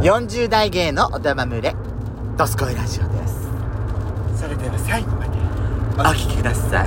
40代芸のおたまむれドスコイラジオです。 それでは最後までお聞きください。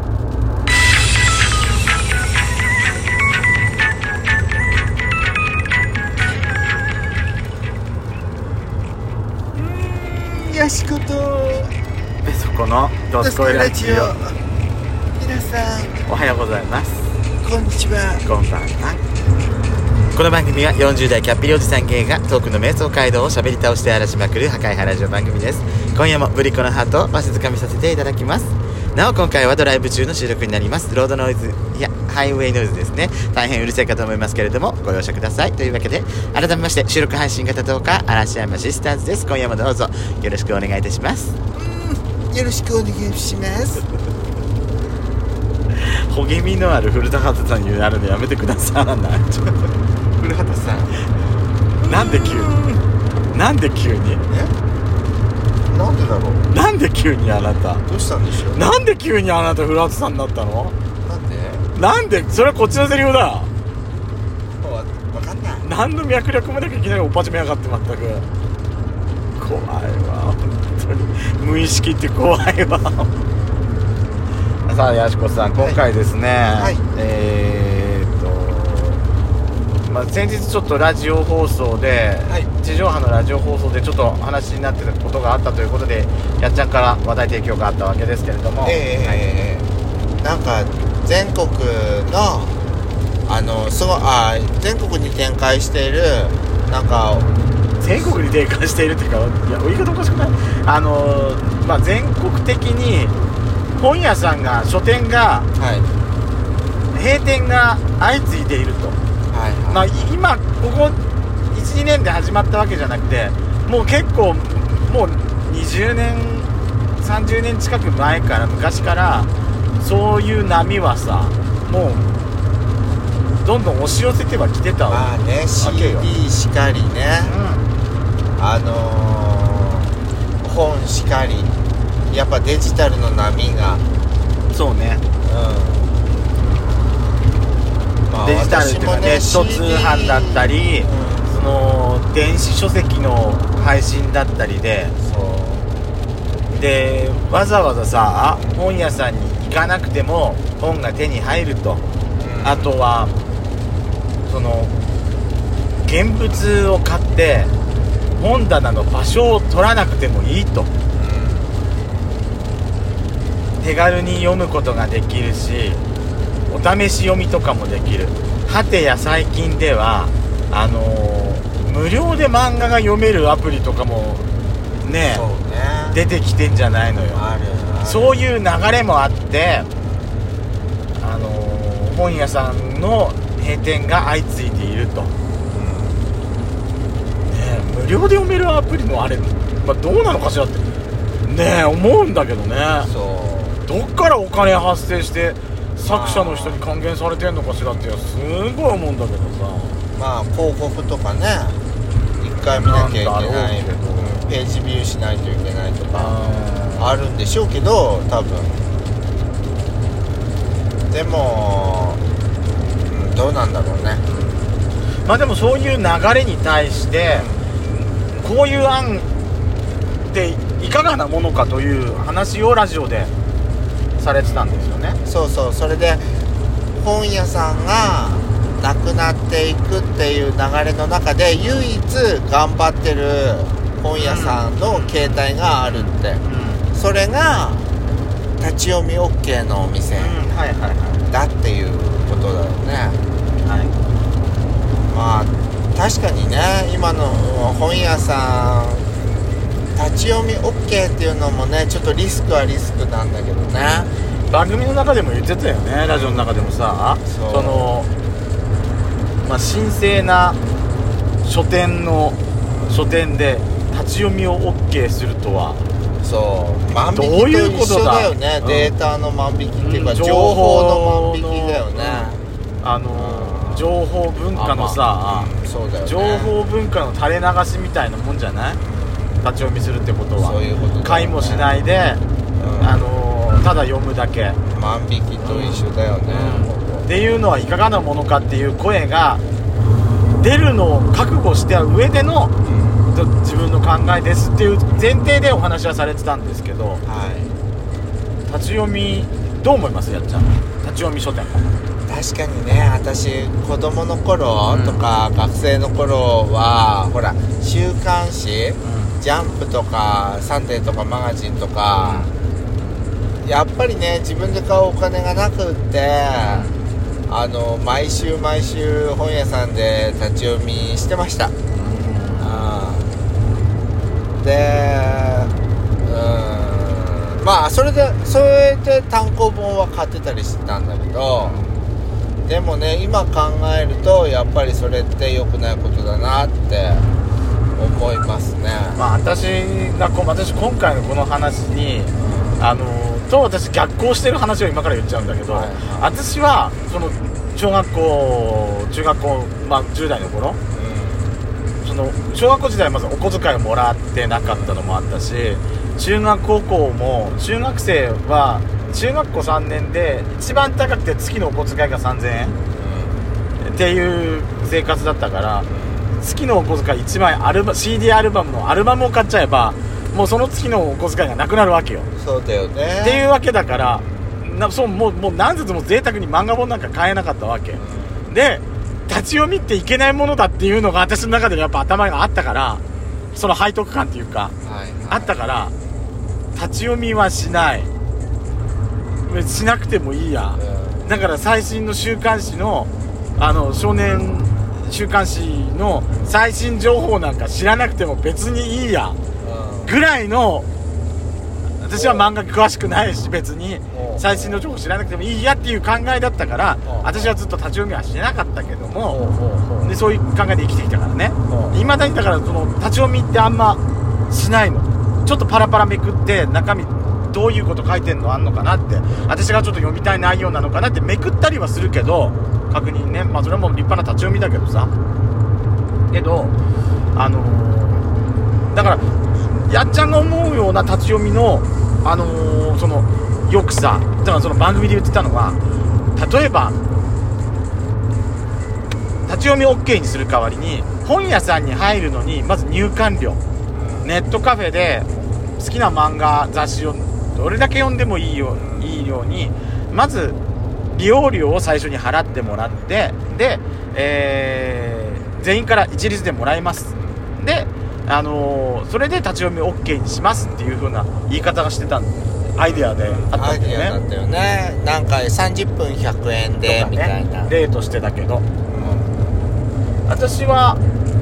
よしことペソコのドスコイラジオ、 皆さおはようございます。 んこんにちは。 こんばんは。この番組は40代キャッピリおじさん芸がトークの瞑想街道を喋り倒して荒らしまくる破壊派ラジオ番組です。今夜もぶりっ子のハートをわしづかみさせていただきます。なお今回はドライブ中の収録になります。ロードノイズやハイウェイノイズですね、大変うるさいかと思いますけれどもご容赦ください。というわけで改めまして収録配信型10日嵐山シスターズです。今夜もどうぞよろしくお願いいたします。 よろしくお願いします。 ほげみのある古田畑さんになるのやめてくださらない。 古畑さん、 なんで急になんで急になんでだろう。 なんで急にあなたどうしたんでしょう。 なんで急にあなた古畑さんになったの。 なんでなんでそれはこっちのセリフだ。 わかんない。 何の脈略もなくいきなりおっぱちめやがって全く怖いわ。本当に無意識って怖いわ。さあやしこさん、今回ですね、 はい、 先日ちょっとラジオ放送で、 はい、 地上波のラジオ放送でちょっと話になってたことがあったということでやっちゃんから話題提供があったわけですけれども、 なんか全国の全国に展開しているなんか全国に展開しているっていうか、いや言い方おかしくない。全国的に本屋さんが書店が、閉店が相次いでいると、今ここ 1,2 年で始まったわけじゃなくて、もう結構もう20年30年近く前から昔からそういう波はさ、もうどんどん押し寄せてはきてたわけよ。 CD しかりね、本しかり、やっぱデジタルの波が、 そうね、デジタルっていうかネット通販だったり、その電子書籍の配信だったりで、でわざわざさ本屋さんに行かなくても本が手に入ると、あとはその現物を買って本棚の場所を取らなくてもいいと、手軽に読むことができるし、お試し読みとかもできる。はてや最近では無料で漫画が読めるアプリとかもね出てきてんじゃないのよ。そういう流れもあって、本屋さんの閉店が相次いでいると、無料で読めるアプリもあれ、どうなのかしらってね思うんだけどね。どっからお金発生して作者の人に還元されてんのかしらってすごい思うんだけどさ。 広告とかね、一回見なきゃいけないけど、ページビューしないといけないとかあるんでしょうけど、多分でも、どうなんだろうね。 でもそういう流れに対して、こういう案っていかがなものかという話をラジオでされてたんですよね。 それで本屋さんがなくなっていくっていう流れの中で唯一頑張ってる本屋さんの形態があるって、それが立ち読み OK のお店だっていうことだよね。確かにね、今の本屋さん立ち読み OK っていうのもね、ちょっとリスクはリスクなんだけどね。 番組の中でも言ってたよね、ラジオの中でもさ、その神聖な書店で立ち読みを OK するとは、万引きと一緒だよね。データの万引きっていうか、情報の万引きだよね。情報文化のさ、 そうだよね、 情報文化の垂れ流しみたいなもんじゃない？立ち読みするってことは。 そういうことだよね。 買いもしないで、ただ読むだけ。 万引きと一緒だよね、 っていうのはいかがなものかっていう声が出るのを覚悟して上での、自分の考えですっていう前提でお話はされてたんですけど、立ち読みどう思います？やっちゃん、立ち読み書店。 確かにね、私子供の頃とか、学生の頃はほら週刊誌、ジャンプとかサンデーとかマガジンとか、やっぱりね自分で買うお金がなくって、毎週毎週本屋さんで立ち読みしてました。でまあそれで単行本は買ってたりしてたんだけど、でもね今考えるとやっぱりそれって良くないことだなって思いますね。 まあ私今回のこの話に私逆行してる話を今から言っちゃうんだけど、私はその小学校中学校、10代の頃、その小学校時代まずお小遣いをもらってなかったのもあったし、中学高校も中学生は中学校3年で一番高くて月のお小遣いが3000円、っていう生活だったから、月のお小遣い1枚CD アルバムのアルバムを買っちゃえばもうその月のお小遣いがなくなるわけよ。 そうだよね。 っていうわけだからもう何冊も贅沢に漫画本なんか買えなかったわけ、で立ち読みっていけないものだっていうのが私の中でやっぱ頭があったから、その背徳感っていうか、あったから立ち読みはしなくてもいいや、だから最新の週刊誌の少年週刊誌の最新情報なんか知らなくても別にいいやぐらいの、私は漫画詳しくないし別に最新の情報知らなくてもいいやっていう考えだったから、私はずっと立ち読みはしてなかったけども、でそういう考えで生きてきたからね。いまだにだからその立ち読みってあんましないの。ちょっとパラパラめくって中身どういうこと書いてんのあんのかなって、私がちょっと読みたい内容なのかなってめくったりはするけど、確認ね、それも立派な立ち読みだけどさ、けどだからやっちゃんが思うような立ち読みのそのよくさ、だからその番組で言ってたのは、例えば立ち読み OK にする代わりに本屋さんに入るのにまず入館料、ネットカフェで好きな漫画雑誌をどれだけ読んでもいいようにまず利用料を最初に払ってもらって、で、全員から一律でもらいます。でそれで立ち読み OK にしますっていう風な言い方がしてたアイデアであったんだよね。 アイデアだったよね。なんか30分100円で、みたいな例としてだけど、私は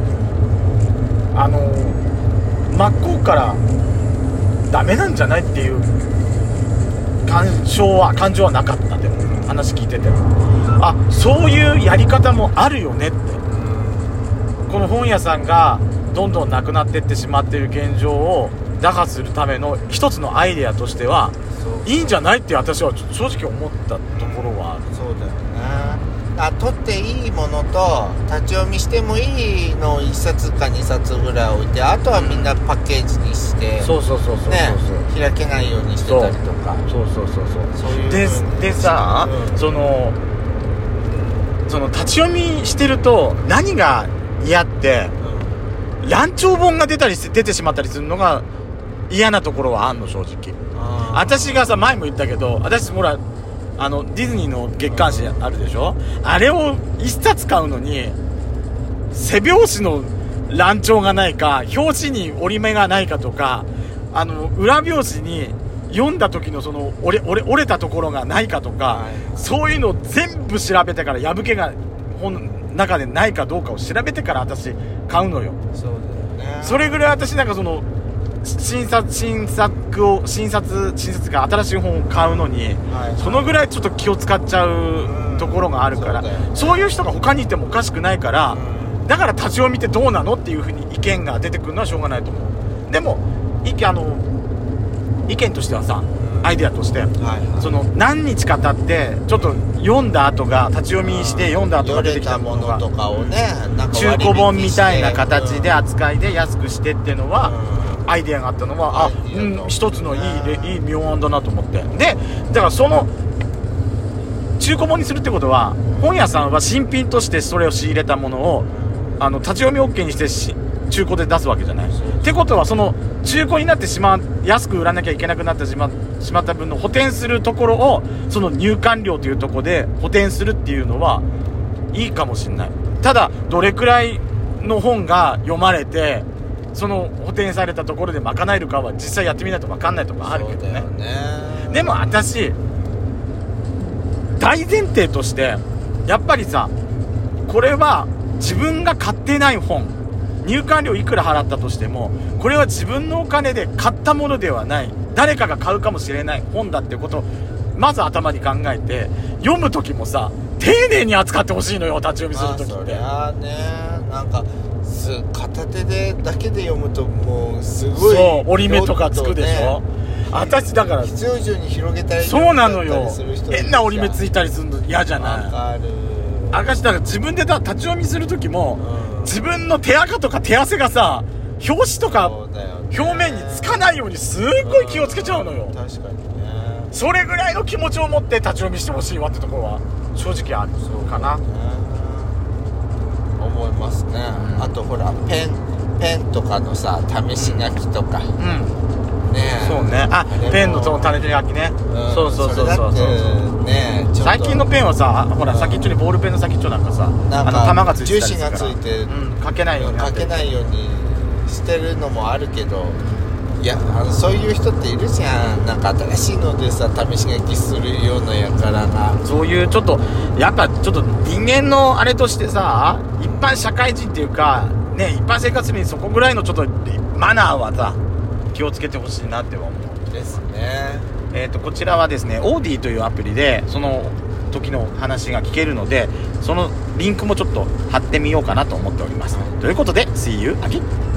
真っ向からダメなんじゃないっていう感情はなかった。でも話聞いてて、そういうやり方もあるよねって、この本屋さんがどんどんなくなっていってしまっている現状を打破するための一つのアイデアとしてはいいんじゃないって私は正直思ったところはある。 そうだよね。取っていいものと立ち読みしてもいいのを1冊か2冊ぐらい置いて、あとはみんなパッケージにして、 そう開けないようにしてたりとか、そういうでさ、その立ち読みしてると何が嫌って、乱調本が出てしまったりするのが嫌なところはあんの、正直。私がさ、前も言ったけど、私ほらディズニーの月刊誌あるでしょ、あれを一冊買うのに背表紙の乱調がないか、表紙に折り目がないかとか、裏表紙に読んだ時のその折れたところがないかとか、そういうのを全部調べてから、破けが本の中でないかどうかを調べてから私買うのよ。 そうだよね。 それぐらい私なんかその新冊が新しい本を買うのに、そのぐらいちょっと気を使っちゃうところがあるから、そういう人が他にいてもおかしくないから、だから立ち読みってどうなのっていう風に意見が出てくるのはしょうがないと思う。でも意見としてはさ、アイデアとして、その何日か経ってちょっと読んだ後が、立ち読みして読んだ後が出てきたものがとかをね、なんか中古本みたいな形で扱いで安くしてっていうのは、アイデアがあったのは、一つのいい妙案だなと思って。でだからその中古本にするってことは、本屋さんは新品としてそれを仕入れたものを立ち読み OK にして中古で出すわけじゃない。ってことはその中古になって安く売らなきゃいけなくなってしまった分の補填するところをその入館料というところで補填するっていうのはいいかもしれない。ただどれくらいの本が読まれてその補填されたところで賄えるかは実際やってみないと分かんないとかあるけどね。でも私大前提としてやっぱりさ、これは自分が買ってない本、入館料いくら払ったとしてもこれは自分のお金で買ったものではない、誰かが買うかもしれない本だってことをまず頭に考えて、読む時もさ丁寧に扱ってほしいのよ、立ち読みする時って。 そりゃね、なんか片手でだけで読むともうすごい、 そう折り目とかつくでしょ。私だから必要以上に広げたりそうなのよ、変な折り目ついたりするの嫌じゃない。 わかる。 私だから自分で立ち読みする時も、自分の手垢とか手汗がさ表紙とか表面につかないようにすっごい気をつけちゃうのよ。 確かにね。 それぐらいの気持ちを持って立ち読みしてほしいわってところは正直あるかな、 思いますね。あとほらペンとかのさ試し書きとか、 そうね、ペンのその試し書きね、そうね、 最近のペンはさ、ほら先っちょにボールペンの先っちょなんかさ、玉がついてたりするから樹脂がついて、 書けないようにしてるのもあるけど、いやそういう人っているじゃん。なんか新しいのでさ試し書きするようなやからが、 そういうちょっとやっぱちょっと人間のあれとしてさ、一般社会人っていうかね、一般生活にそこぐらいのちょっとマナーはさ気をつけてほしいなって思うですね。 こちらはですね、オーディというアプリでその時の話が聞けるので、そのリンクもちょっと貼ってみようかなと思っております、ということで See you again。